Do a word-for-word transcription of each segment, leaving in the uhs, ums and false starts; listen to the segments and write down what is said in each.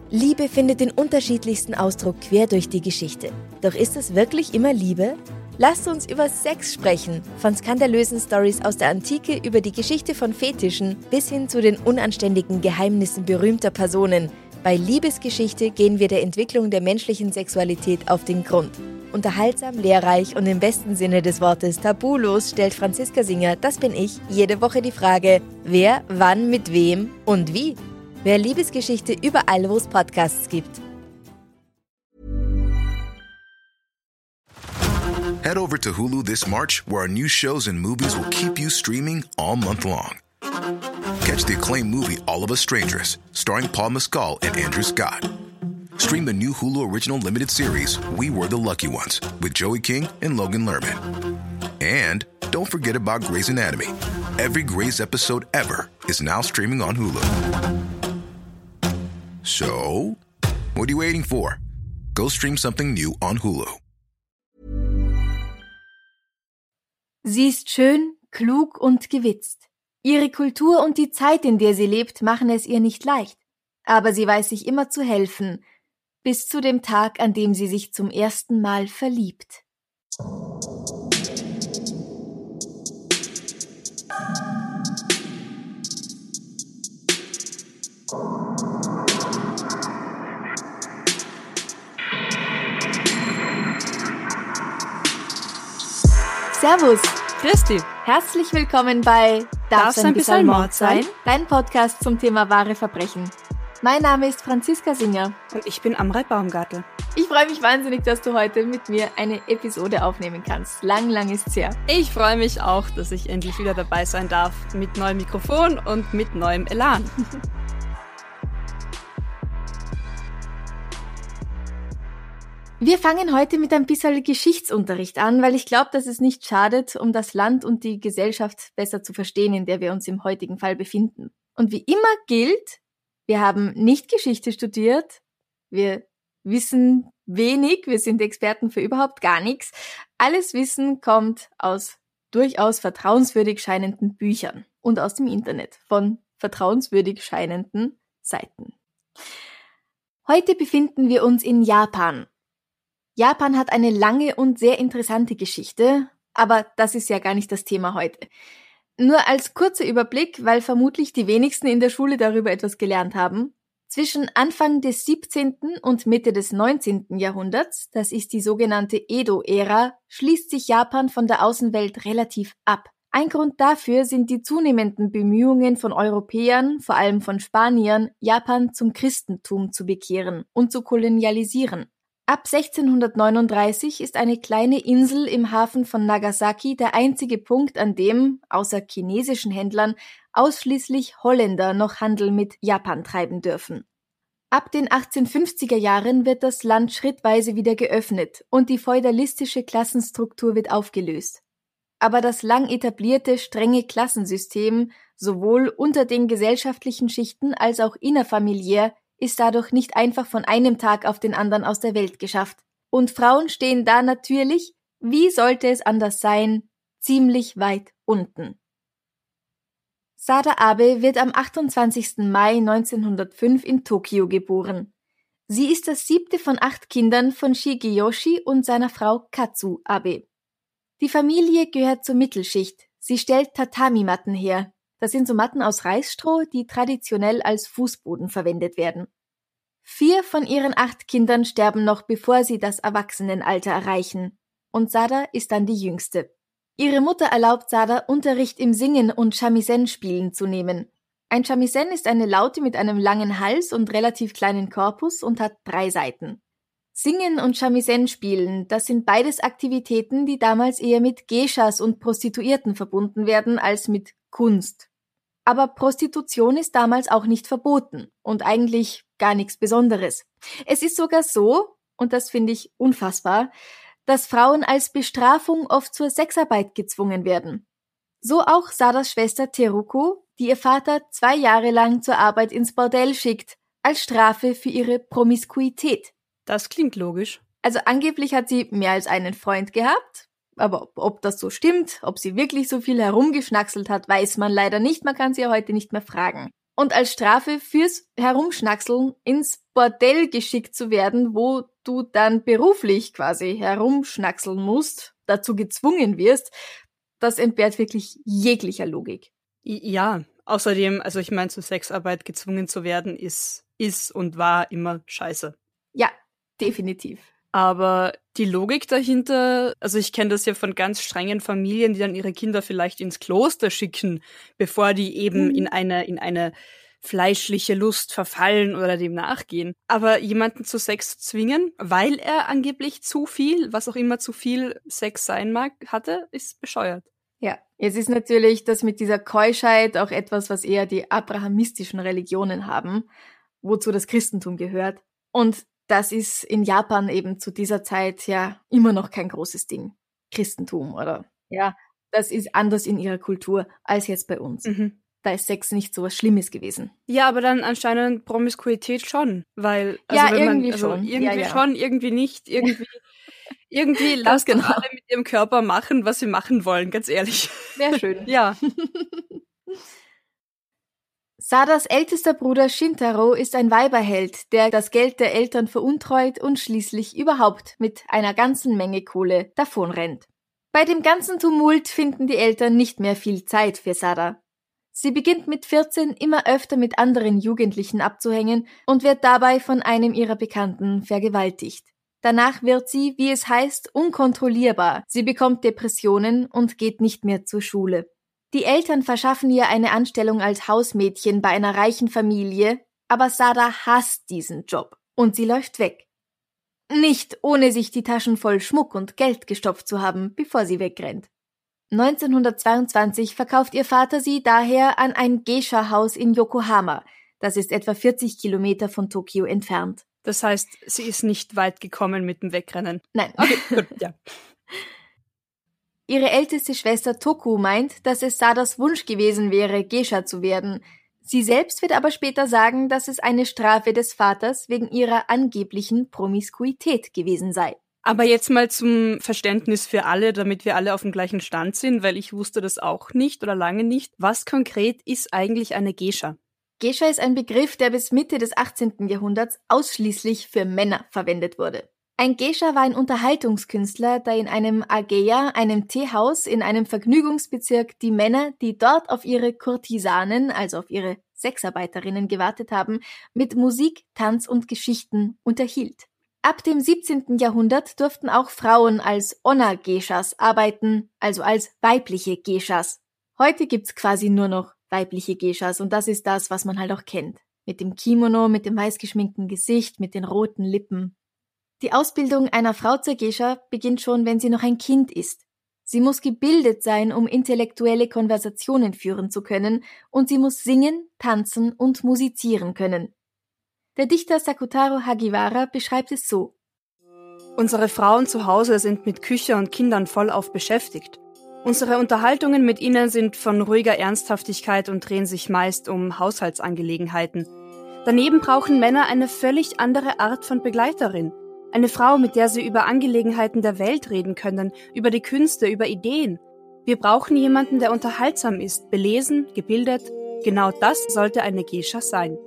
Liebe findet den unterschiedlichsten Ausdruck quer durch die Geschichte. Doch ist es wirklich immer Liebe? Lasst uns über Sex sprechen, von skandalösen Storys aus der Antike über die Geschichte von Fetischen bis hin zu den unanständigen Geheimnissen berühmter Personen. Bei Liebesgeschichte gehen wir der Entwicklung der menschlichen Sexualität auf den Grund. Unterhaltsam, lehrreich und im besten Sinne des Wortes tabulos stellt Franziska Singer, das bin ich, jede Woche die Frage, wer, wann, mit wem und wie. Wer Liebesgeschichte überall, wo es Podcasts gibt. Head over to Hulu this March, where our new shows and movies will keep you streaming all month long. Catch the acclaimed movie All of Us Strangers, starring Paul Mescal and Andrew Scott. Stream the new Hulu original limited series We Were the Lucky Ones with Joey King and Logan Lerman. And don't forget about Grey's Anatomy. Every Grey's episode ever is now streaming on Hulu. So, what are you waiting for? Go stream something new on Hulu. Sie ist schön, klug und gewitzt. Ihre Kultur und die Zeit, in der sie lebt, machen es ihr nicht leicht. Aber sie weiß sich immer zu helfen, bis zu dem Tag, an dem sie sich zum ersten Mal verliebt. Servus, Christi. Herzlich willkommen bei Darf's ein bisschen Mord sein? Dein Podcast zum Thema wahre Verbrechen. Mein Name ist Franziska Singer. Und ich bin Amrei Baumgartl. Ich freue mich wahnsinnig, dass du heute mit mir eine Episode aufnehmen kannst. Lang, lang ist's her. Ich freue mich auch, dass ich endlich wieder dabei sein darf. Mit neuem Mikrofon und mit neuem Elan. Wir fangen heute mit ein bisschen Geschichtsunterricht an, weil ich glaube, dass es nicht schadet, um das Land und die Gesellschaft besser zu verstehen, in der wir uns im heutigen Fall befinden. Und wie immer gilt, wir haben nicht Geschichte studiert, wir wissen wenig, wir sind Experten für überhaupt gar nichts. Alles Wissen kommt aus durchaus vertrauenswürdig scheinenden Büchern und aus dem Internet von vertrauenswürdig scheinenden Seiten. Heute befinden wir uns in Japan. Japan hat eine lange und sehr interessante Geschichte, aber das ist ja gar nicht das Thema heute. Nur als kurzer Überblick, weil vermutlich die wenigsten in der Schule darüber etwas gelernt haben. Zwischen Anfang des siebzehnten und Mitte des neunzehnten Jahrhunderts, das ist die sogenannte Edo-Ära, schließt sich Japan von der Außenwelt relativ ab. Ein Grund dafür sind die zunehmenden Bemühungen von Europäern, vor allem von Spaniern, Japan zum Christentum zu bekehren und zu kolonialisieren. Ab sechzehnhundertneununddreißig ist eine kleine Insel im Hafen von Nagasaki der einzige Punkt, an dem, außer chinesischen Händlern, ausschließlich Holländer noch Handel mit Japan treiben dürfen. Ab den achtzehnhundertfünfziger Jahren wird das Land schrittweise wieder geöffnet und die feudalistische Klassenstruktur wird aufgelöst. Aber das lang etablierte, strenge Klassensystem, sowohl unter den gesellschaftlichen Schichten als auch innerfamiliär, ist dadurch nicht einfach von einem Tag auf den anderen aus der Welt geschafft. Und Frauen stehen da natürlich, wie sollte es anders sein, ziemlich weit unten. Sada Abe wird am achtundzwanzigsten Mai neunzehnhundertfünf in Tokio geboren. Sie ist das siebte von acht Kindern von Shigeyoshi und seiner Frau Katsu Abe. Die Familie gehört zur Mittelschicht. Sie stellt Tatami-Matten her. Das sind so Matten aus Reisstroh, die traditionell als Fußboden verwendet werden. Vier von ihren acht Kindern sterben noch, bevor sie das Erwachsenenalter erreichen. Und Sada ist dann die jüngste. Ihre Mutter erlaubt Sada, Unterricht im Singen und Shamisen-Spielen zu nehmen. Ein Shamisen ist eine Laute mit einem langen Hals und relativ kleinen Korpus und hat drei Saiten. Singen und Shamisen-Spielen, das sind beides Aktivitäten, die damals eher mit Geishas und Prostituierten verbunden werden als mit Kunst. Aber Prostitution ist damals auch nicht verboten und eigentlich gar nichts Besonderes. Es ist sogar so, und das finde ich unfassbar, dass Frauen als Bestrafung oft zur Sexarbeit gezwungen werden. So auch Sadas Schwester Teruko, die ihr Vater zwei Jahre lang zur Arbeit ins Bordell schickt, als Strafe für ihre Promiskuität. Das klingt logisch. Also angeblich hat sie mehr als einen Freund gehabt, aber ob, ob das so stimmt, ob sie wirklich so viel herumgeschnackselt hat, weiß man leider nicht. Man kann sie ja heute nicht mehr fragen. und als Strafe fürs Herumschnackseln ins Bordell geschickt zu werden, wo du dann beruflich quasi herumschnackseln musst, dazu gezwungen wirst, das entbehrt wirklich jeglicher Logik. Ja, außerdem, also ich meine, zur Sexarbeit gezwungen zu werden, ist, ist und war immer scheiße. Ja, definitiv. Aber die Logik dahinter, also ich kenne das ja von ganz strengen Familien, die dann ihre Kinder vielleicht ins Kloster schicken, bevor die eben mhm. in eine, in eine fleischliche Lust verfallen oder dem nachgehen. Aber jemanden zu Sex zu zwingen, weil er angeblich zu viel, was auch immer zu viel Sex sein mag, hatte, ist bescheuert. Ja, jetzt ist natürlich das mit dieser Keuschheit auch etwas, was eher die abrahamistischen Religionen haben, wozu das Christentum gehört. Und das ist in Japan eben zu dieser Zeit ja immer noch kein großes Ding. Christentum, oder? Ja, das ist anders in ihrer Kultur als jetzt bei uns. Mhm. Da ist Sex nicht so was Schlimmes gewesen. Ja, aber dann anscheinend Promiskuität schon, weil also ja, wenn irgendwie man, also schon. irgendwie ja, ja. schon, irgendwie nicht, irgendwie irgendwie lasst genau. alle mit ihrem Körper machen, was sie machen wollen, ganz ehrlich. Wäre schön. Ja. Sadas ältester Bruder Shintaro ist ein Weiberheld, der das Geld der Eltern veruntreut und schließlich überhaupt mit einer ganzen Menge Kohle davonrennt. Bei dem ganzen Tumult finden die Eltern nicht mehr viel Zeit für Sada. Sie beginnt mit vierzehn immer öfter mit anderen Jugendlichen abzuhängen und wird dabei von einem ihrer Bekannten vergewaltigt. Danach wird sie, wie es heißt, unkontrollierbar. Sie bekommt Depressionen und geht nicht mehr zur Schule. Die Eltern verschaffen ihr eine Anstellung als Hausmädchen bei einer reichen Familie, aber Sada hasst diesen Job und sie läuft weg. Nicht ohne sich die Taschen voll Schmuck und Geld gestopft zu haben, bevor sie wegrennt. neunzehnhundertzweiundzwanzig verkauft ihr Vater sie daher an ein Geisha-Haus in Yokohama. Das ist etwa vierzig Kilometer von Tokio entfernt. Das heißt, sie ist nicht weit gekommen mit dem Wegrennen. Nein. Okay, gut, ja. Ihre älteste Schwester Toku meint, dass es Sadas Wunsch gewesen wäre, Geisha zu werden. Sie selbst wird aber später sagen, dass es eine Strafe des Vaters wegen ihrer angeblichen Promiskuität gewesen sei. Aber jetzt mal zum Verständnis für alle, damit wir alle auf dem gleichen Stand sind, weil ich wusste das auch nicht oder lange nicht. Was konkret ist eigentlich eine Geisha? Geisha ist ein Begriff, der bis Mitte des achtzehnten Jahrhunderts ausschließlich für Männer verwendet wurde. Ein Geisha war ein Unterhaltungskünstler, der in einem Ageia, einem Teehaus in einem Vergnügungsbezirk, die Männer, die dort auf ihre Kurtisanen, also auf ihre Sexarbeiterinnen gewartet haben, mit Musik, Tanz und Geschichten unterhielt. Ab dem siebzehnten Jahrhundert durften auch Frauen als Onna-Geishas arbeiten, also als weibliche Geishas. Heute gibt's quasi nur noch weibliche Geishas und das ist das, was man halt auch kennt. Mit dem Kimono, mit dem weiß geschminkten Gesicht, mit den roten Lippen. Die Ausbildung einer Frau zur Geisha beginnt schon, wenn sie noch ein Kind ist. Sie muss gebildet sein, um intellektuelle Konversationen führen zu können, und sie muss singen, tanzen und musizieren können. Der Dichter Sakutaro Hagiwara beschreibt es so: Unsere Frauen zu Hause sind mit Küche und Kindern vollauf beschäftigt. Unsere Unterhaltungen mit ihnen sind von ruhiger Ernsthaftigkeit und drehen sich meist um Haushaltsangelegenheiten. Daneben brauchen Männer eine völlig andere Art von Begleiterin. Eine Frau, mit der sie über Angelegenheiten der Welt reden können, über die Künste, über Ideen. Wir brauchen jemanden, der unterhaltsam ist, belesen, gebildet. Genau das sollte eine Geisha sein.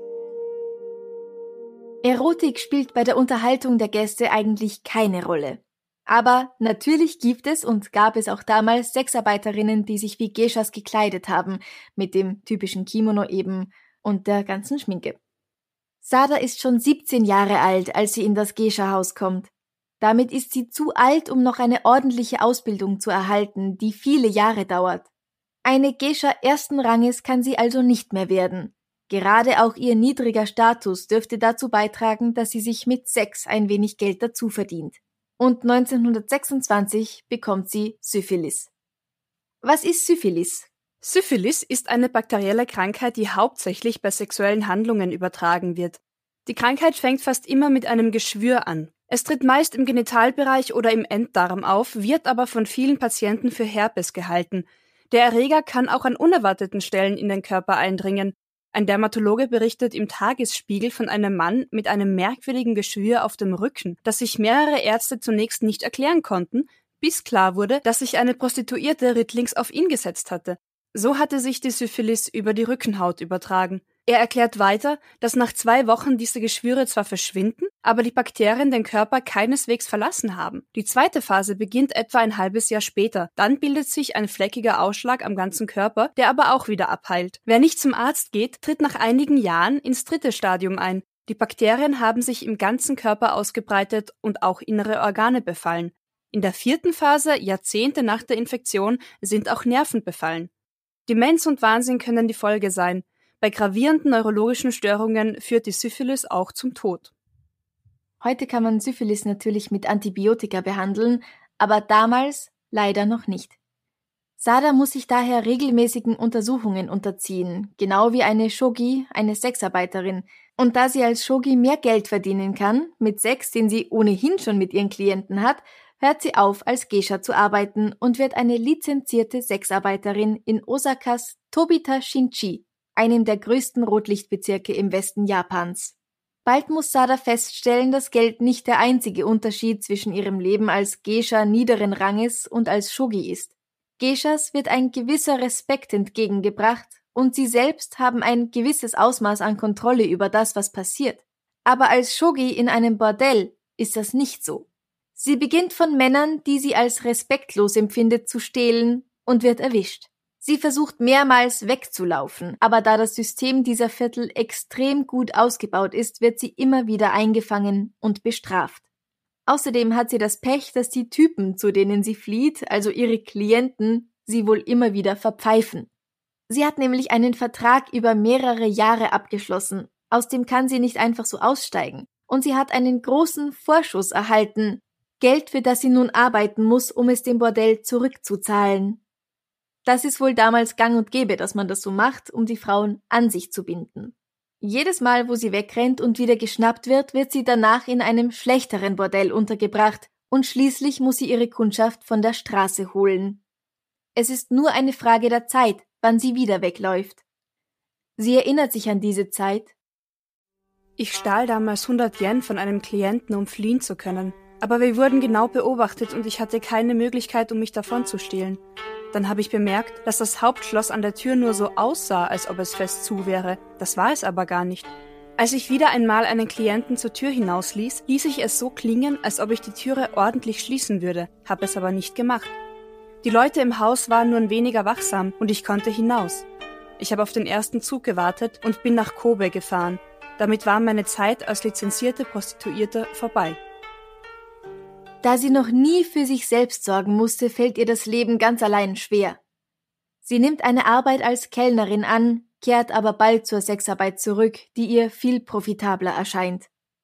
Erotik spielt bei der Unterhaltung der Gäste eigentlich keine Rolle. Aber natürlich gibt es und gab es auch damals Sexarbeiterinnen, die sich wie Geishas gekleidet haben, mit dem typischen Kimono eben und der ganzen Schminke. Sada ist schon siebzehn Jahre alt, als sie in das Geisha-Haus kommt. Damit ist sie zu alt, um noch eine ordentliche Ausbildung zu erhalten, die viele Jahre dauert. Eine Geisha ersten Ranges kann sie also nicht mehr werden. Gerade auch ihr niedriger Status dürfte dazu beitragen, dass sie sich mit Sex ein wenig Geld dazu verdient. Und neunzehnhundertsechsundzwanzig bekommt sie Syphilis. Was ist Syphilis? Syphilis ist eine bakterielle Krankheit, die hauptsächlich bei sexuellen Handlungen übertragen wird. Die Krankheit fängt fast immer mit einem Geschwür an. Es tritt meist im Genitalbereich oder im Enddarm auf, wird aber von vielen Patienten für Herpes gehalten. Der Erreger kann auch an unerwarteten Stellen in den Körper eindringen. Ein Dermatologe berichtet im Tagesspiegel von einem Mann mit einem merkwürdigen Geschwür auf dem Rücken, das sich mehrere Ärzte zunächst nicht erklären konnten, bis klar wurde, dass sich eine Prostituierte rittlings auf ihn gesetzt hatte. So hatte sich die Syphilis über die Rückenhaut übertragen. Er erklärt weiter, dass nach zwei Wochen diese Geschwüre zwar verschwinden, aber die Bakterien den Körper keineswegs verlassen haben. Die zweite Phase beginnt etwa ein halbes Jahr später. Dann bildet sich ein fleckiger Ausschlag am ganzen Körper, der aber auch wieder abheilt. Wer nicht zum Arzt geht, tritt nach einigen Jahren ins dritte Stadium ein. Die Bakterien haben sich im ganzen Körper ausgebreitet und auch innere Organe befallen. In der vierten Phase, Jahrzehnte nach der Infektion, sind auch Nerven befallen. Demenz und Wahnsinn können die Folge sein. Bei gravierenden neurologischen Störungen führt die Syphilis auch zum Tod. Heute kann man Syphilis natürlich mit Antibiotika behandeln, aber damals leider noch nicht. Sada muss sich daher regelmäßigen Untersuchungen unterziehen, genau wie eine Shogi, eine Sexarbeiterin. Und da sie als Shogi mehr Geld verdienen kann, mit Sex, den sie ohnehin schon mit ihren Klienten hat, hört sie auf, als Geisha zu arbeiten und wird eine lizenzierte Sexarbeiterin in Osakas Tobita Shinchi, einem der größten Rotlichtbezirke im Westen Japans. Bald muss Sada feststellen, dass Geld nicht der einzige Unterschied zwischen ihrem Leben als Geisha niederen Ranges und als Shogi ist. Geishas wird ein gewisser Respekt entgegengebracht und sie selbst haben ein gewisses Ausmaß an Kontrolle über das, was passiert. Aber als Shogi in einem Bordell ist das nicht so. Sie beginnt von Männern, die sie als respektlos empfindet, zu stehlen und wird erwischt. Sie versucht mehrmals wegzulaufen, aber da das System dieser Viertel extrem gut ausgebaut ist, wird sie immer wieder eingefangen und bestraft. Außerdem hat sie das Pech, dass die Typen, zu denen sie flieht, also ihre Klienten, sie wohl immer wieder verpfeifen. Sie hat nämlich einen Vertrag über mehrere Jahre abgeschlossen, aus dem kann sie nicht einfach so aussteigen. Und sie hat einen großen Vorschuss erhalten, Geld, für das sie nun arbeiten muss, um es dem Bordell zurückzuzahlen. Das ist wohl damals gang und gäbe, dass man das so macht, um die Frauen an sich zu binden. Jedes Mal, wo sie wegrennt und wieder geschnappt wird, wird sie danach in einem schlechteren Bordell untergebracht und schließlich muss sie ihre Kundschaft von der Straße holen. Es ist nur eine Frage der Zeit, wann sie wieder wegläuft. Sie erinnert sich an diese Zeit. Ich stahl damals hundert Yen von einem Klienten, um fliehen zu können. Aber wir wurden genau beobachtet und ich hatte keine Möglichkeit, um mich davon zu stehlen. Dann habe ich bemerkt, dass das Hauptschloss an der Tür nur so aussah, als ob es fest zu wäre. Das war es aber gar nicht. Als ich wieder einmal einen Klienten zur Tür hinausließ, ließ ich es so klingen, als ob ich die Türe ordentlich schließen würde, habe es aber nicht gemacht. Die Leute im Haus waren nun weniger wachsam und ich konnte hinaus. Ich habe auf den ersten Zug gewartet und bin nach Kobe gefahren. Damit war meine Zeit als lizenzierte Prostituierte vorbei. Da sie noch nie für sich selbst sorgen musste, fällt ihr das Leben ganz allein schwer. Sie nimmt eine Arbeit als Kellnerin an, kehrt aber bald zur Sexarbeit zurück, die ihr viel profitabler erscheint.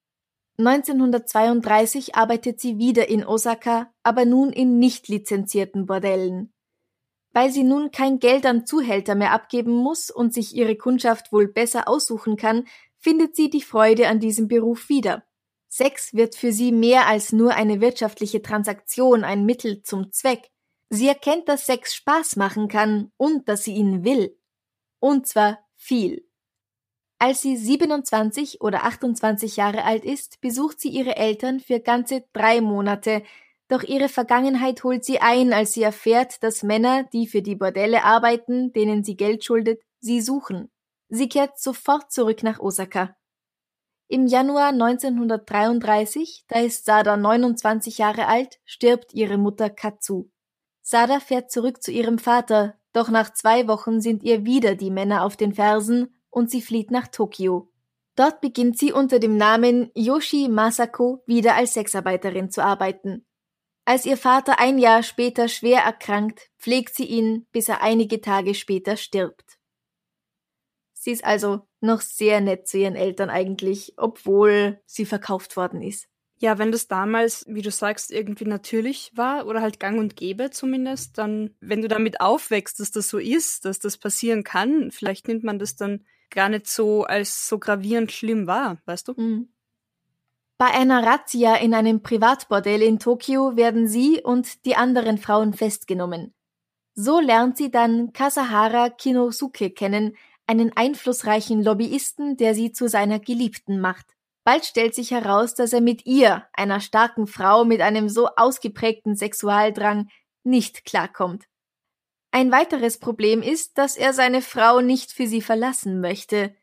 neunzehnhundertzweiunddreißig arbeitet sie wieder in Osaka, aber nun in nicht lizenzierten Bordellen. Weil sie nun kein Geld an Zuhälter mehr abgeben muss und sich ihre Kundschaft wohl besser aussuchen kann, findet sie die Freude an diesem Beruf wieder. Sex wird für sie mehr als nur eine wirtschaftliche Transaktion, ein Mittel zum Zweck. Sie erkennt, dass Sex Spaß machen kann und dass sie ihn will. Und zwar viel. Als sie siebenundzwanzig oder achtundzwanzig Jahre alt ist, besucht sie ihre Eltern für ganze drei Monate, doch ihre Vergangenheit holt sie ein, als sie erfährt, dass Männer, die für die Bordelle arbeiten, denen sie Geld schuldet, sie suchen. Sie kehrt sofort zurück nach Osaka. Im Januar neunzehnhundertdreiunddreißig, da ist Sada neunundzwanzig Jahre alt, stirbt ihre Mutter Katsu. Sada fährt zurück zu ihrem Vater, doch nach zwei Wochen sind ihr wieder die Männer auf den Fersen und sie flieht nach Tokio. Dort beginnt sie unter dem Namen Yoshi Masako wieder als Sexarbeiterin zu arbeiten. Als ihr Vater ein Jahr später schwer erkrankt, pflegt sie ihn, bis er einige Tage später stirbt. Sie ist also noch sehr nett zu ihren Eltern eigentlich, obwohl sie verkauft worden ist. Ja, wenn das damals, wie du sagst, irgendwie natürlich war oder halt gang und gäbe zumindest, dann, wenn du damit aufwächst, dass das so ist, dass das passieren kann, vielleicht nimmt man das dann gar nicht so als so gravierend schlimm wahr, weißt du? Mhm. Bei einer Razzia in einem Privatbordell in Tokio werden sie und die anderen Frauen festgenommen. So lernt sie dann Kasahara Kinosuke kennen, einen einflussreichen Lobbyisten, der sie zu seiner Geliebten macht. Bald stellt sich heraus, dass er mit ihr, einer starken Frau mit einem so ausgeprägten Sexualdrang, nicht klarkommt. Ein weiteres Problem ist, dass er seine Frau nicht für sie verlassen möchte.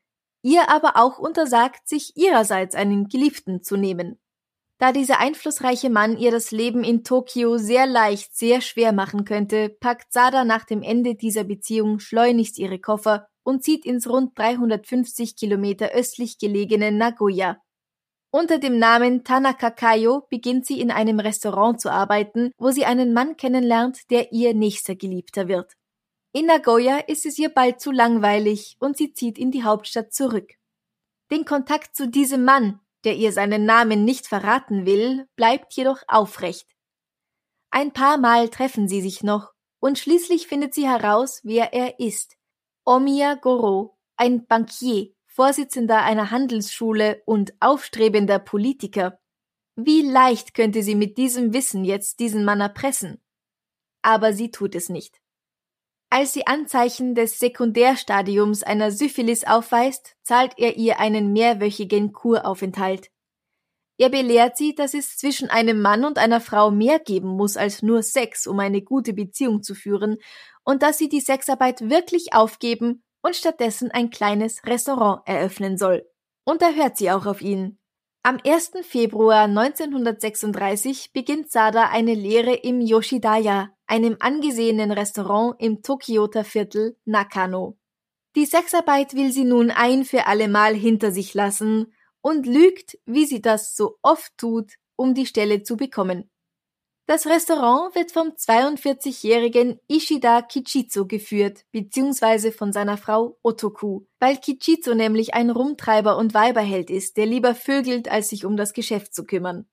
ihr aber auch untersagt, sich ihrerseits einen Geliebten zu nehmen. Da dieser einflussreiche Mann ihr das Leben in Tokio sehr leicht, sehr schwer machen könnte, packt Sada nach dem Ende dieser Beziehung schleunigst ihre Koffer und zieht ins rund dreihundertfünfzig Kilometer östlich gelegene Nagoya. Unter dem Namen Tanaka Kayo beginnt sie in einem Restaurant zu arbeiten, wo sie einen Mann kennenlernt, der ihr nächster Geliebter wird. In Nagoya ist es ihr bald zu langweilig und sie zieht in die Hauptstadt zurück. Den Kontakt zu diesem Mann, der ihr seinen Namen nicht verraten will, bleibt jedoch aufrecht. Ein paar Mal treffen sie sich noch und schließlich findet sie heraus, wer er ist. Omiya Goro, ein Bankier, Vorsitzender einer Handelsschule und aufstrebender Politiker. Wie leicht könnte sie mit diesem Wissen jetzt diesen Mann erpressen? Aber sie tut es nicht. Als sie Anzeichen des Sekundärstadiums einer Syphilis aufweist, zahlt er ihr einen mehrwöchigen Kuraufenthalt. Er belehrt sie, dass es zwischen einem Mann und einer Frau mehr geben muss als nur Sex, um eine gute Beziehung zu führen, und dass sie die Sexarbeit wirklich aufgeben und stattdessen ein kleines Restaurant eröffnen soll. Und da hört sie auch auf ihn. Am ersten Februar neunzehnhundertsechsunddreißig beginnt Sada eine Lehre im Yoshidaya, einem angesehenen Restaurant im Tokioter Viertel Nakano. Die Sexarbeit will sie nun ein für allemal hinter sich lassen und lügt, wie sie das so oft tut, um die Stelle zu bekommen. Das Restaurant wird vom zweiundvierzigjährigen Ishida Kichizo geführt, beziehungsweise von seiner Frau Otoku, weil Kichizo nämlich ein Rumtreiber und Weiberheld ist, der lieber vögelt, als sich um das Geschäft zu kümmern.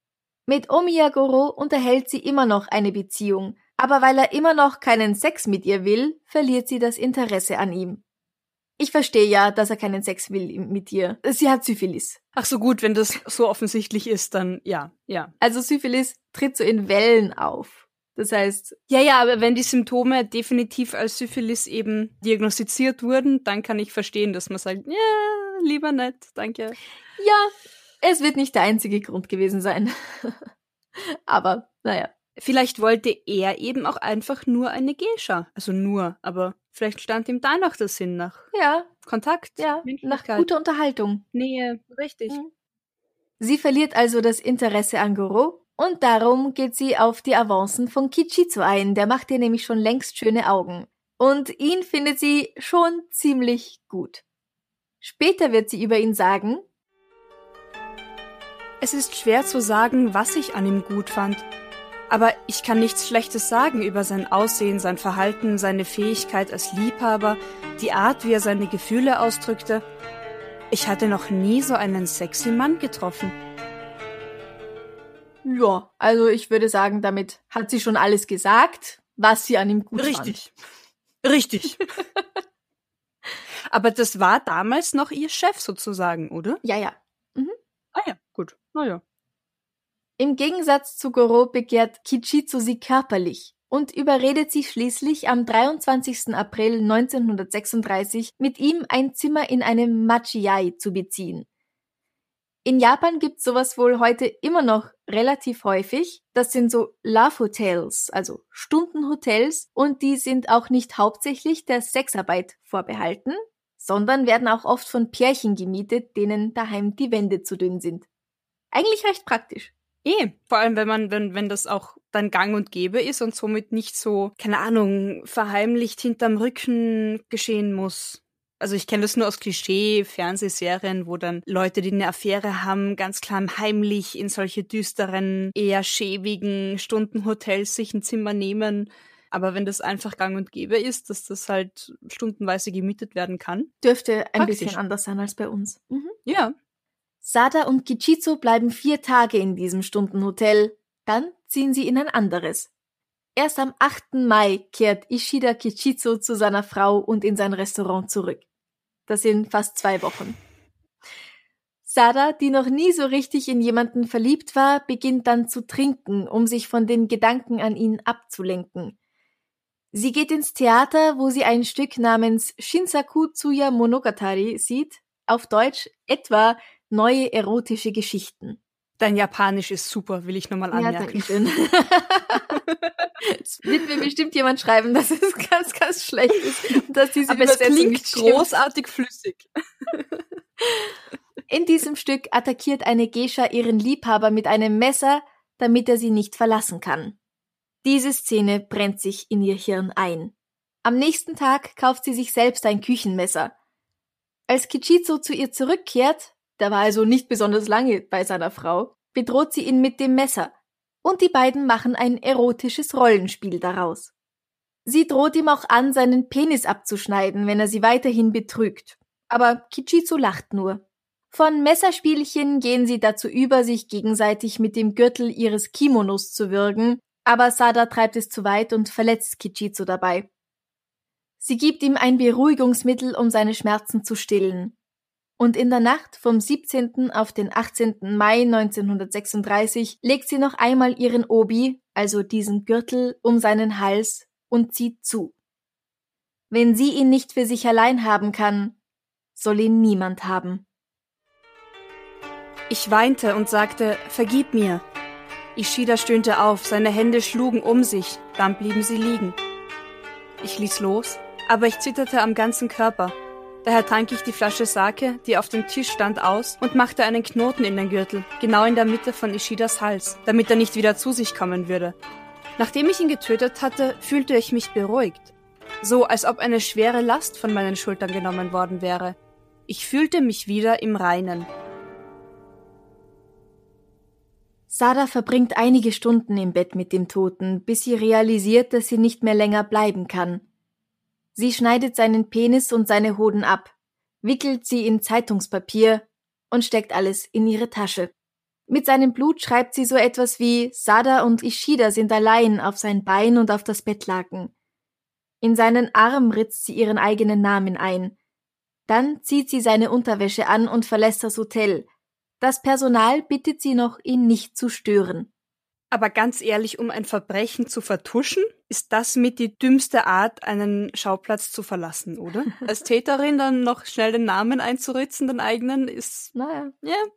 Mit Omiya Goro unterhält sie immer noch eine Beziehung, aber weil er immer noch keinen Sex mit ihr will, verliert sie das Interesse an ihm. Ich verstehe ja, dass er keinen Sex will mit ihr. Sie hat Syphilis. Ach so, gut, wenn das so offensichtlich ist, dann ja, ja. Also Syphilis tritt so in Wellen auf. Das heißt... Ja, ja, aber wenn die Symptome definitiv als Syphilis eben diagnostiziert wurden, dann kann ich verstehen, dass man sagt, ja, lieber nicht, danke. Ja, es wird nicht der einzige Grund gewesen sein. Aber, naja. Vielleicht wollte er eben auch einfach nur eine Geisha. Also nur, aber vielleicht stand ihm da noch der Sinn nach. Ja. Kontakt. Ja, nach guter Unterhaltung. Nähe, richtig. Mhm. Sie verliert also das Interesse an Goro und darum geht sie auf die Avancen von Kichizo ein. Der macht ihr nämlich schon längst schöne Augen. Und ihn findet sie schon ziemlich gut. Später wird sie über ihn sagen: Es ist schwer zu sagen, was ich an ihm gut fand. Aber ich kann nichts Schlechtes sagen über sein Aussehen, sein Verhalten, seine Fähigkeit als Liebhaber, die Art, wie er seine Gefühle ausdrückte. Ich hatte noch nie so einen sexy Mann getroffen. Ja, also ich würde sagen, damit hat sie schon alles gesagt, was sie an ihm gut fand. Richtig. Richtig. Aber das war damals noch ihr Chef sozusagen, oder? Ja, ja. Mhm. Ah ja, gut. Naja. Im Gegensatz zu Goro begehrt Kichizo sie körperlich und überredet sie schließlich am dreiundzwanzigsten April neunzehnhundertsechsunddreißig mit ihm ein Zimmer in einem Machiai zu beziehen. In Japan gibt's sowas wohl heute immer noch relativ häufig. Das sind so Love Hotels, also Stundenhotels, und die sind auch nicht hauptsächlich der Sexarbeit vorbehalten, sondern werden auch oft von Pärchen gemietet, denen daheim die Wände zu dünn sind. Eigentlich recht praktisch. Eh, vor allem, wenn man, wenn, wenn das auch dann gang und gäbe ist und somit nicht so, keine Ahnung, verheimlicht hinterm Rücken geschehen muss. Also ich kenne das nur aus Klischee-Fernsehserien, wo dann Leute, die eine Affäre haben, ganz klar heimlich in solche düsteren, eher schäbigen Stundenhotels sich ein Zimmer nehmen. Aber wenn das einfach gang und gäbe ist, dass das halt stundenweise gemietet werden kann. Dürfte ein Praktisch. bisschen anders sein als bei uns. Mhm. Ja. Sada und Kichizo bleiben vier Tage in diesem Stundenhotel, dann ziehen sie in ein anderes. Erst am achten Mai kehrt Ishida Kichizo zu seiner Frau und in sein Restaurant zurück. Das sind fast zwei Wochen. Sada, die noch nie so richtig in jemanden verliebt war, beginnt dann zu trinken, um sich von den Gedanken an ihn abzulenken. Sie geht ins Theater, wo sie ein Stück namens Shinsaku Tsuya Monogatari sieht, auf Deutsch etwa Neue erotische Geschichten. Dein Japanisch ist super, will ich nochmal anmerken. Ja, danke schön. Es wird mir bestimmt jemand schreiben, dass es ganz, ganz schlecht ist. Dass diese Aber es Übersetzung klingt nicht stimmt. großartig flüssig. In diesem Stück attackiert eine Geisha ihren Liebhaber mit einem Messer, damit er sie nicht verlassen kann. Diese Szene brennt sich in ihr Hirn ein. Am nächsten Tag kauft sie sich selbst ein Küchenmesser. Als Kichizo zu ihr zurückkehrt, der war also nicht besonders lange bei seiner Frau, bedroht sie ihn mit dem Messer und die beiden machen ein erotisches Rollenspiel daraus. Sie droht ihm auch an, seinen Penis abzuschneiden, wenn er sie weiterhin betrügt. Aber Kichizo lacht nur. Von Messerspielchen gehen sie dazu über, sich gegenseitig mit dem Gürtel ihres Kimonos zu würgen, aber Sada treibt es zu weit und verletzt Kichizo dabei. Sie gibt ihm ein Beruhigungsmittel, um seine Schmerzen zu stillen. Und in der Nacht vom siebzehnten auf den achtzehnten Mai neunzehnhundertsechsunddreißig legt sie noch einmal ihren Obi, also diesen Gürtel, um seinen Hals und zieht zu. Wenn sie ihn nicht für sich allein haben kann, soll ihn niemand haben. Ich weinte und sagte, vergib mir. Ishida stöhnte auf, seine Hände schlugen um sich, dann blieben sie liegen. Ich ließ los, aber ich zitterte am ganzen Körper. Daher trank ich die Flasche Sake, die auf dem Tisch stand, aus und machte einen Knoten in den Gürtel, genau in der Mitte von Ishidas Hals, damit er nicht wieder zu sich kommen würde. Nachdem ich ihn getötet hatte, fühlte ich mich beruhigt. So, als ob eine schwere Last von meinen Schultern genommen worden wäre. Ich fühlte mich wieder im Reinen. Sada verbringt einige Stunden im Bett mit dem Toten, bis sie realisiert, dass sie nicht mehr länger bleiben kann. Sie schneidet seinen Penis und seine Hoden ab, wickelt sie in Zeitungspapier und steckt alles in ihre Tasche. Mit seinem Blut schreibt sie so etwas wie Sada und Ishida sind allein auf sein Bein und auf das Bettlaken. In seinen Arm ritzt sie ihren eigenen Namen ein. Dann zieht sie seine Unterwäsche an und verlässt das Hotel. Das Personal bittet sie noch, ihn nicht zu stören. Aber ganz ehrlich, um ein Verbrechen zu vertuschen, ist das mit die dümmste Art, einen Schauplatz zu verlassen, oder? Als Täterin dann noch schnell den Namen einzuritzen, den eigenen, ist, naja, ja. Yeah.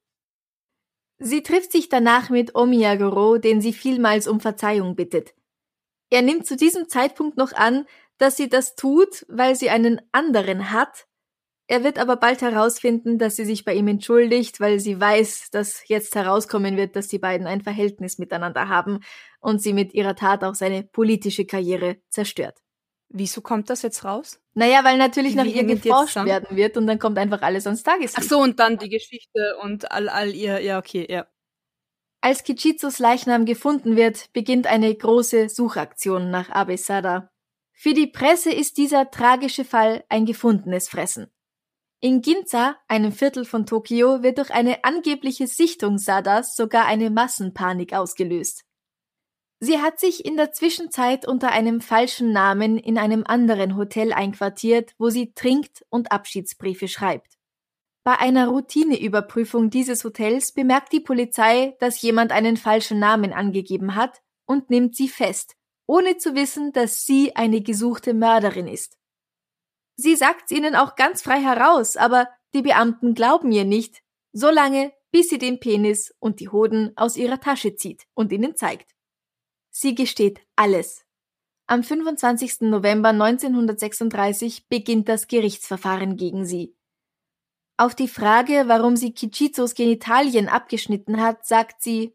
Sie trifft sich danach mit Omiyagoro, den sie vielmals um Verzeihung bittet. Er nimmt zu diesem Zeitpunkt noch an, dass sie das tut, weil sie einen anderen hat. Er wird aber bald herausfinden, dass sie sich bei ihm entschuldigt, weil sie weiß, dass jetzt herauskommen wird, dass die beiden ein Verhältnis miteinander haben und sie mit ihrer Tat auch seine politische Karriere zerstört. Wieso kommt das jetzt raus? Naja, weil natürlich Wie nach ihr geforscht werden wird und dann kommt einfach alles ans Tageslicht. Ach so, und dann die Geschichte und all, all ihr, ja okay, ja. Als Kichizos Leichnam gefunden wird, beginnt eine große Suchaktion nach Abe Sada. Für die Presse ist dieser tragische Fall ein gefundenes Fressen. In Ginza, einem Viertel von Tokio, wird durch eine angebliche Sichtung Sadas sogar eine Massenpanik ausgelöst. Sie hat sich in der Zwischenzeit unter einem falschen Namen in einem anderen Hotel einquartiert, wo sie trinkt und Abschiedsbriefe schreibt. Bei einer Routineüberprüfung dieses Hotels bemerkt die Polizei, dass jemand einen falschen Namen angegeben hat und nimmt sie fest, ohne zu wissen, dass sie eine gesuchte Mörderin ist. Sie sagt's ihnen auch ganz frei heraus, aber die Beamten glauben ihr nicht, solange bis sie den Penis und die Hoden aus ihrer Tasche zieht und ihnen zeigt. Sie gesteht alles. Am fünfundzwanzigsten November neunzehnhundertsechsunddreißig beginnt das Gerichtsverfahren gegen sie. Auf die Frage, warum sie Kichizos Genitalien abgeschnitten hat, sagt sie: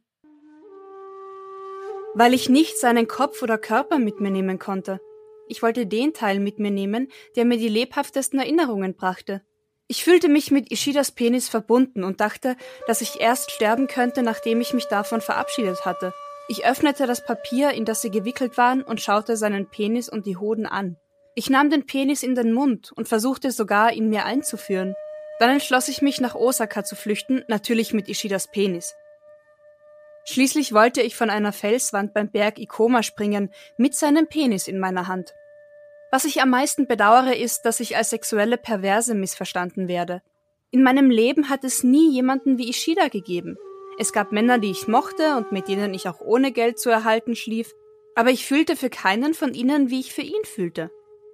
Weil ich nicht seinen Kopf oder Körper mit mir nehmen konnte. Ich wollte den Teil mit mir nehmen, der mir die lebhaftesten Erinnerungen brachte. Ich fühlte mich mit Ishidas Penis verbunden und dachte, dass ich erst sterben könnte, nachdem ich mich davon verabschiedet hatte. Ich öffnete das Papier, in das sie gewickelt waren, und schaute seinen Penis und die Hoden an. Ich nahm den Penis in den Mund und versuchte sogar, ihn mir einzuführen. Dann entschloss ich mich, nach Osaka zu flüchten, natürlich mit Ishidas Penis. Schließlich wollte ich von einer Felswand beim Berg Ikoma springen, mit seinem Penis in meiner Hand. Was ich am meisten bedauere, ist, dass ich als sexuelle Perverse missverstanden werde. In meinem Leben hat es nie jemanden wie Ishida gegeben. Es gab Männer, die ich mochte und mit denen ich auch ohne Geld zu erhalten schlief, aber ich fühlte für keinen von ihnen, wie ich für ihn fühlte.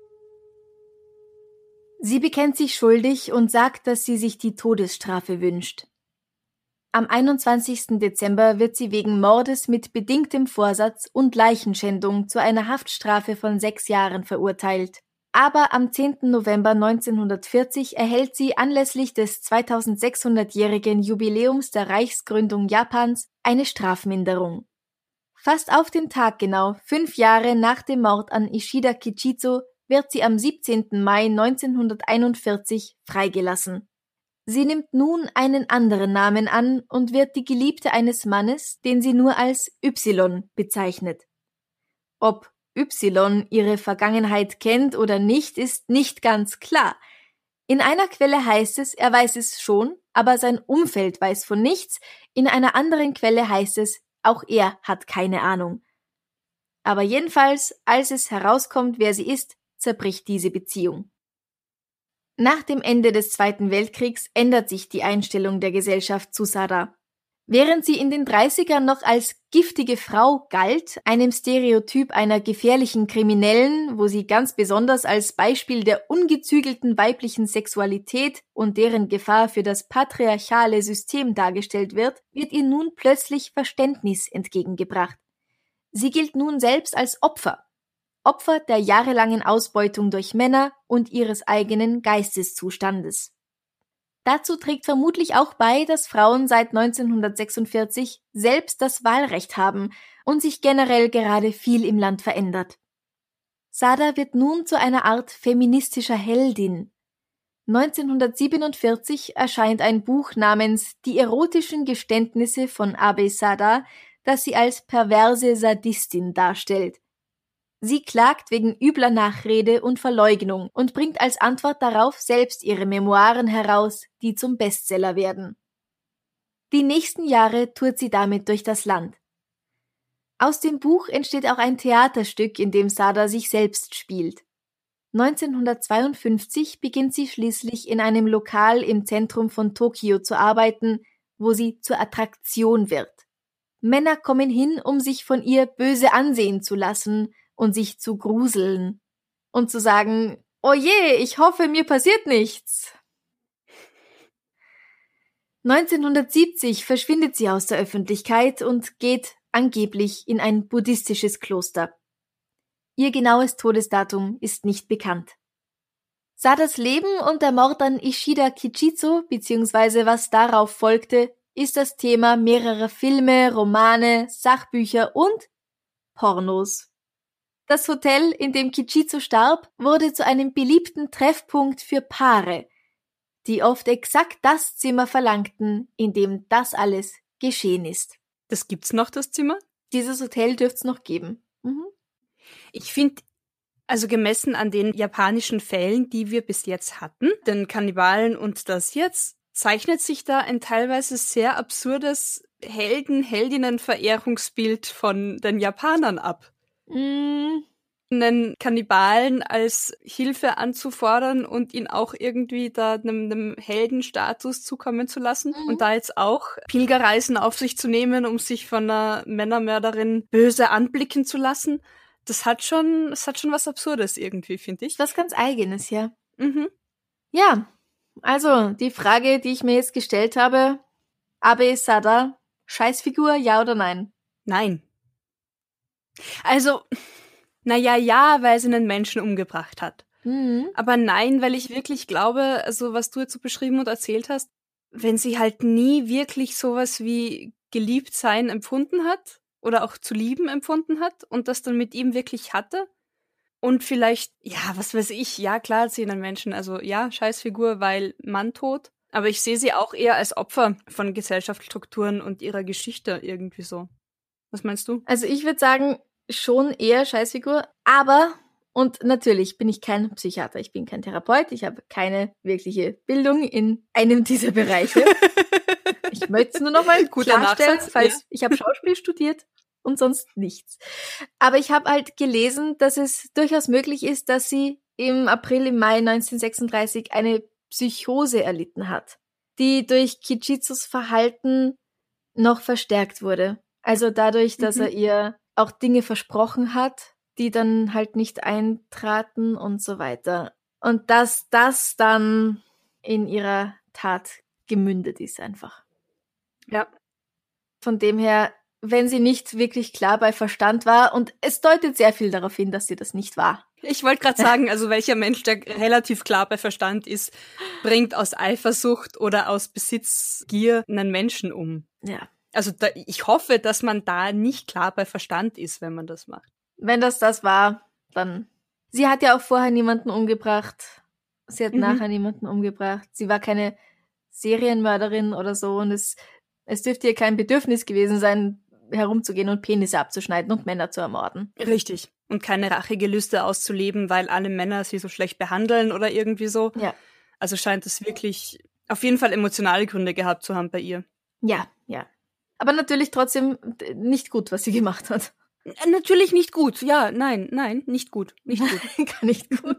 Sie bekennt sich schuldig und sagt, dass sie sich die Todesstrafe wünscht. Am einundzwanzigsten Dezember wird sie wegen Mordes mit bedingtem Vorsatz und Leichenschändung zu einer Haftstrafe von sechs Jahren verurteilt. Aber am zehnten November neunzehnhundertvierzig erhält sie anlässlich des zweitausendsechshundertjährigen Jubiläums der Reichsgründung Japans eine Strafminderung. Fast auf den Tag genau, fünf Jahre nach dem Mord an Ishida Kichitsu, wird sie am siebzehnten Mai neunzehnhunderteinundvierzig freigelassen. Sie nimmt nun einen anderen Namen an und wird die Geliebte eines Mannes, den sie nur als Y bezeichnet. Ob Y ihre Vergangenheit kennt oder nicht, ist nicht ganz klar. In einer Quelle heißt es, er weiß es schon, aber sein Umfeld weiß von nichts. In einer anderen Quelle heißt es, auch er hat keine Ahnung. Aber jedenfalls, als es herauskommt, wer sie ist, zerbricht diese Beziehung. Nach dem Ende des Zweiten Weltkriegs ändert sich die Einstellung der Gesellschaft zu Sada. Während sie in den dreißigern noch als giftige Frau galt, einem Stereotyp einer gefährlichen Kriminellen, wo sie ganz besonders als Beispiel der ungezügelten weiblichen Sexualität und deren Gefahr für das patriarchale System dargestellt wird, wird ihr nun plötzlich Verständnis entgegengebracht. Sie gilt nun selbst als Opfer. Opfer der jahrelangen Ausbeutung durch Männer und ihres eigenen Geisteszustandes. Dazu trägt vermutlich auch bei, dass Frauen seit neunzehnhundertsechsundvierzig selbst das Wahlrecht haben und sich generell gerade viel im Land verändert. Sada wird nun zu einer Art feministischer Heldin. neunzehnhundertsiebenundvierzig erscheint ein Buch namens Die erotischen Geständnisse von Abe Sada, das sie als perverse Sadistin darstellt. Sie klagt wegen übler Nachrede und Verleugnung und bringt als Antwort darauf selbst ihre Memoiren heraus, die zum Bestseller werden. Die nächsten Jahre tourt sie damit durch das Land. Aus dem Buch entsteht auch ein Theaterstück, in dem Sada sich selbst spielt. neunzehnhundertzweiundfünfzig beginnt sie schließlich in einem Lokal im Zentrum von Tokio zu arbeiten, wo sie zur Attraktion wird. Männer kommen hin, um sich von ihr böse ansehen zu lassen und sich zu gruseln und zu sagen, oh je, ich hoffe, mir passiert nichts. neunzehnhundertsiebzig verschwindet sie aus der Öffentlichkeit und geht angeblich in ein buddhistisches Kloster. Ihr genaues Todesdatum ist nicht bekannt. Sadas Leben und der Mord an Ishida Kichitsu bzw. was darauf folgte, ist das Thema mehrerer Filme, Romane, Sachbücher und Pornos. Das Hotel, in dem Kichitsu starb, wurde zu einem beliebten Treffpunkt für Paare, die oft exakt das Zimmer verlangten, in dem das alles geschehen ist. Das gibt's noch, das Zimmer? Dieses Hotel dürft's noch geben. Mhm. Ich finde, also gemessen an den japanischen Fällen, die wir bis jetzt hatten, den Kannibalen und das jetzt, zeichnet sich da ein teilweise sehr absurdes Helden-Heldinnen-Verehrungsbild von den Japanern ab. Mm. Einen Kannibalen als Hilfe anzufordern und ihn auch irgendwie da einem, einem Heldenstatus zukommen zu lassen mhm. und da jetzt auch Pilgerreisen auf sich zu nehmen, um sich von einer Männermörderin böse anblicken zu lassen. Das hat schon, das hat schon was Absurdes irgendwie, finde ich. Was ganz Eigenes, ja. Mhm. Ja, also die Frage, die ich mir jetzt gestellt habe, Abe Sada, Scheißfigur, ja oder nein? Nein. Also, naja, ja, weil sie einen Menschen umgebracht hat. Mhm. Aber nein, weil ich wirklich glaube, also was du jetzt so beschrieben und erzählt hast, wenn sie halt nie wirklich sowas wie geliebt sein empfunden hat oder auch zu lieben empfunden hat und das dann mit ihm wirklich hatte und vielleicht, ja, was weiß ich, ja klar, sie einen Menschen, also ja, Scheißfigur, weil Mann tot, aber ich sehe sie auch eher als Opfer von Gesellschaftsstrukturen und ihrer Geschichte irgendwie so. Was meinst du? Also ich würde sagen, schon eher Scheißfigur, aber, und natürlich bin ich kein Psychiater, ich bin kein Therapeut, ich habe keine wirkliche Bildung in einem dieser Bereiche. Ich möchte es nur noch mal klarstellen, falls ja. Ich habe Schauspiel studiert und sonst nichts. Aber ich habe halt gelesen, dass es durchaus möglich ist, dass sie im April, im Mai neunzehnhundertsechsunddreißig eine Psychose erlitten hat, die durch Kichitsus Verhalten noch verstärkt wurde. Also dadurch, dass mhm. er ihr auch Dinge versprochen hat, die dann halt nicht eintraten und so weiter. Und dass das dann in ihrer Tat gemündet ist einfach. Ja. Von dem her wenn sie nicht wirklich klar bei Verstand war. Und es deutet sehr viel darauf hin, dass sie das nicht war. Ich wollte gerade sagen, also welcher Mensch, der relativ klar bei Verstand ist, bringt aus Eifersucht oder aus Besitzgier einen Menschen um. Ja. Also da, ich hoffe, dass man da nicht klar bei Verstand ist, wenn man das macht. Wenn das das war, dann... Sie hat ja auch vorher niemanden umgebracht. Sie hat mhm. nachher niemanden umgebracht. Sie war keine Serienmörderin oder so. Und es, es dürfte ihr kein Bedürfnis gewesen sein, herumzugehen und Penisse abzuschneiden und Männer zu ermorden. Richtig. Und keine Rachegelüste auszuleben, weil alle Männer sie so schlecht behandeln oder irgendwie so. Ja. Also scheint es wirklich auf jeden Fall emotionale Gründe gehabt zu haben bei ihr. Ja, ja. Aber natürlich trotzdem nicht gut, was sie gemacht hat. Natürlich nicht gut. Ja, nein, nein, nicht gut. Nicht gut. Gar nicht gut.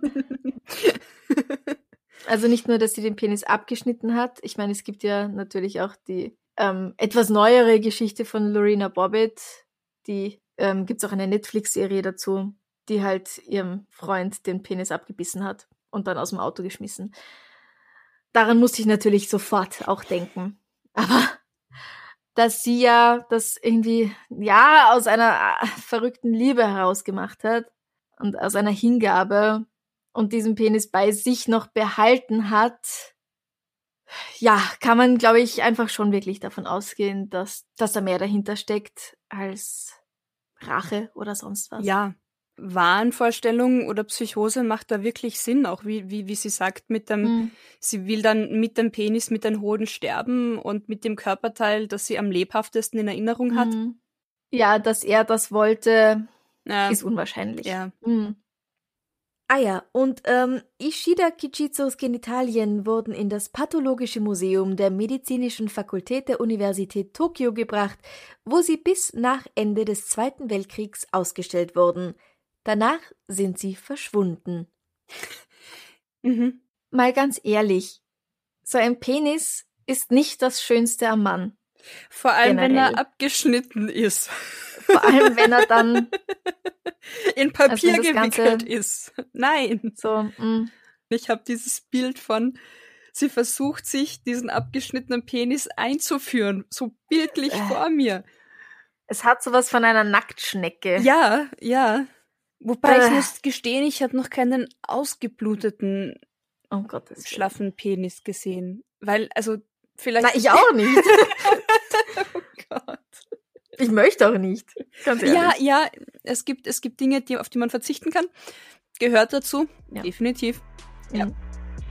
Also nicht nur, dass sie den Penis abgeschnitten hat. Ich meine, es gibt ja natürlich auch die ähm, etwas neuere Geschichte von Lorena Bobbitt. Die ähm, gibt's auch eine Netflix-Serie dazu, die halt ihrem Freund den Penis abgebissen hat und dann aus dem Auto geschmissen. Daran musste ich natürlich sofort auch denken. Aber dass sie ja das irgendwie, ja, aus einer verrückten Liebe heraus gemacht hat und aus einer Hingabe und diesen Penis bei sich noch behalten hat, ja, kann man, glaube ich, einfach schon wirklich davon ausgehen, dass, dass da mehr dahinter steckt als Rache oder sonst was. Ja, Wahnvorstellung oder Psychose macht da wirklich Sinn, auch wie, wie, wie sie sagt, mit dem, mhm. sie will dann mit dem Penis, mit den Hoden sterben und mit dem Körperteil, das sie am lebhaftesten in Erinnerung hat. Mhm. Ja, dass er das wollte, ja. ist unwahrscheinlich. Ja. Mhm. Ah ja, und ähm, Ishida Kichizos Genitalien wurden in das Pathologische Museum der Medizinischen Fakultät der Universität Tokio gebracht, wo sie bis nach Ende des Zweiten Weltkriegs ausgestellt wurden. Danach sind sie verschwunden. Mhm. Mal ganz ehrlich, so ein Penis ist nicht das Schönste am Mann. Vor allem, generell. Wenn er abgeschnitten ist. Vor allem, wenn er dann in Papier also gewickelt ist. Nein. So, mh. Ich habe dieses Bild von, sie versucht sich diesen abgeschnittenen Penis einzuführen, so bildlich äh. vor mir. Es hat sowas von einer Nacktschnecke. Ja, ja. Wobei äh. ich muss gestehen, ich habe noch keinen ausgebluteten, oh Gottes schlaffen Penis gesehen. Weil, also, vielleicht... Na, ich auch nicht. Oh Gott. Ich möchte auch nicht. Ganz ehrlich. Ja, ja, es gibt, es gibt Dinge, die, auf die man verzichten kann. Gehört dazu. Ja. Definitiv. Ja. Mhm.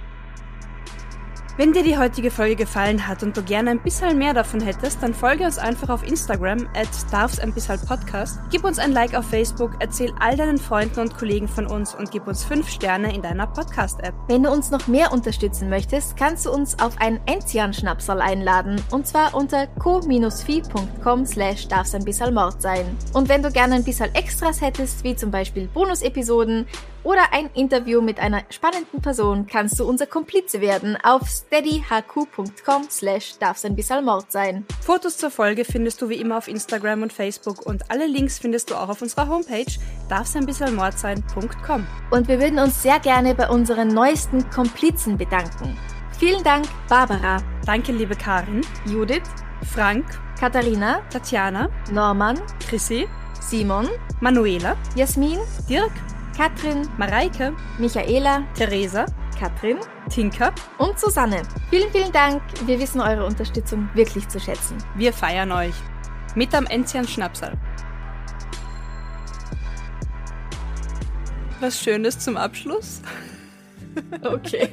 Wenn dir die heutige Folge gefallen hat und du gerne ein bisschen mehr davon hättest, dann folge uns einfach auf Instagram at darfseinbissalpodcast, gib uns ein Like auf Facebook, erzähl all deinen Freunden und Kollegen von uns und gib uns fünf Sterne in deiner Podcast-App. Wenn du uns noch mehr unterstützen möchtest, kannst du uns auf ein Enzian-Schnapsal einladen, und zwar unter ko-fi.com slash darfseinbissalmord sein. Und wenn du gerne ein bisschen Extras hättest, wie zum Beispiel Bonus-Episoden oder ein Interview mit einer spannenden Person, kannst du unser Komplize werden auf steadyhq.com slash darfseinbissalmord sein. Fotos zur Folge findest du wie immer auf Instagram und Facebook und alle Links findest du auch auf unserer Homepage darfseinbissalmordsein punkt com. Und wir würden uns sehr gerne bei unseren neuesten Komplizen bedanken. Vielen Dank, Barbara. Danke, liebe Karin, Judith, Frank, Katharina, Tatjana, Norman, Chrissy, Simon, Manuela, Jasmin, Dirk, Katrin, Mareike, Michaela, Theresa, Katrin, Tinka und Susanne. Vielen, vielen Dank. Wir wissen eure Unterstützung wirklich zu schätzen. Wir feiern euch. Mit am Enzian-Schnapsal. Was Schönes zum Abschluss? Okay.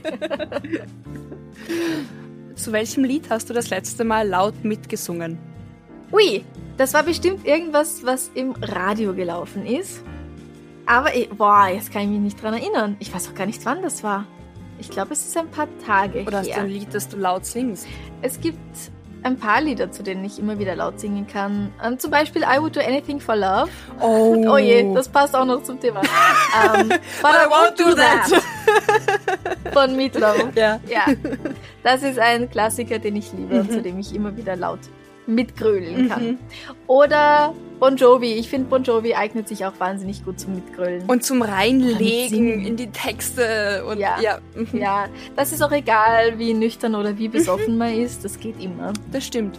Zu welchem Lied hast du das letzte Mal laut mitgesungen? Ui, das war bestimmt irgendwas, was im Radio gelaufen ist. Aber, ich, boah, jetzt kann ich mich nicht dran erinnern. Ich weiß auch gar nicht, wann das war. Ich glaube, es ist ein paar Tage Oder hast her. du ein Lied, das du laut singst? Es gibt ein paar Lieder, zu denen ich immer wieder laut singen kann. Um, zum Beispiel I Would Do Anything for Love. Oh, oh je, das passt auch noch zum Thema. um, But, But I Won't Do That. Von Meatloaf. Ja. ja. Das ist ein Klassiker, den ich liebe, mhm. und zu dem ich immer wieder laut mitgrölen kann. Mhm. Oder Bon Jovi. Ich finde, Bon Jovi eignet sich auch wahnsinnig gut zum Mitgrölen. Und zum Reinlegen in die Texte. Und ja, ja. Mhm. ja, das ist auch egal, wie nüchtern oder wie besoffen mhm. man ist. Das geht immer. Das stimmt.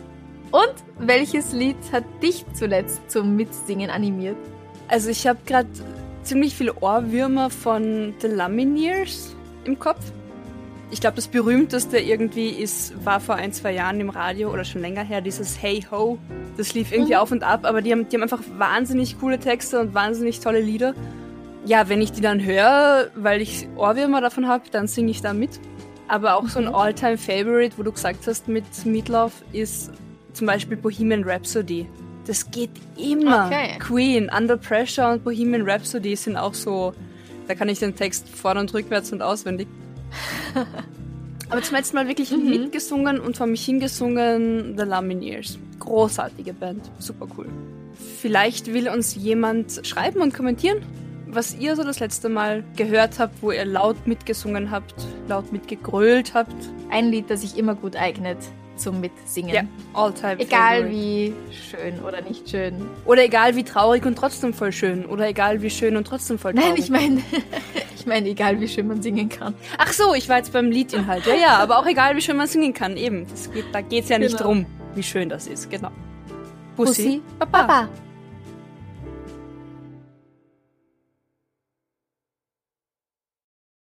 Und welches Lied hat dich zuletzt zum Mitsingen animiert? Also ich habe gerade ziemlich viele Ohrwürmer von The Lumineers im Kopf. Ich glaube, das berühmteste irgendwie ist, war vor ein, zwei Jahren im Radio oder schon länger her, dieses Hey Ho. Das lief irgendwie mhm. auf und ab, aber die haben, die haben einfach wahnsinnig coole Texte und wahnsinnig tolle Lieder. Ja, wenn ich die dann höre, weil ich Ohrwürmer davon habe, dann singe ich da mit. Aber auch mhm. so ein All-Time-Favorite, wo du gesagt hast mit Meatloaf, ist zum Beispiel Bohemian Rhapsody. Das geht immer. Okay. Queen, Under Pressure und Bohemian Rhapsody sind auch so, da kann ich den Text vorne und rückwärts und auswendig. Aber zum letzten Mal wirklich mhm. mitgesungen und vor mich hingesungen The Lumineers. Großartige Band, super cool. Vielleicht will uns jemand schreiben und kommentieren, was ihr so das letzte Mal gehört habt, wo ihr laut mitgesungen habt, laut mitgegrölt habt. Ein Lied, das sich immer gut eignet zum Mitsingen. Ja, all-time Egal favorite. Wie schön oder nicht schön. Oder egal wie traurig und trotzdem voll schön. Oder egal wie schön und trotzdem voll traurig. Nein, ich meine, ich meine, egal wie schön man singen kann. Ach so, ich war jetzt beim Liedinhalt. Ja, ja, aber auch egal wie schön man singen kann. Eben, das geht, da geht's ja nicht genau. drum, wie schön das ist. Genau. Bussi, Bussi Baba. Baba.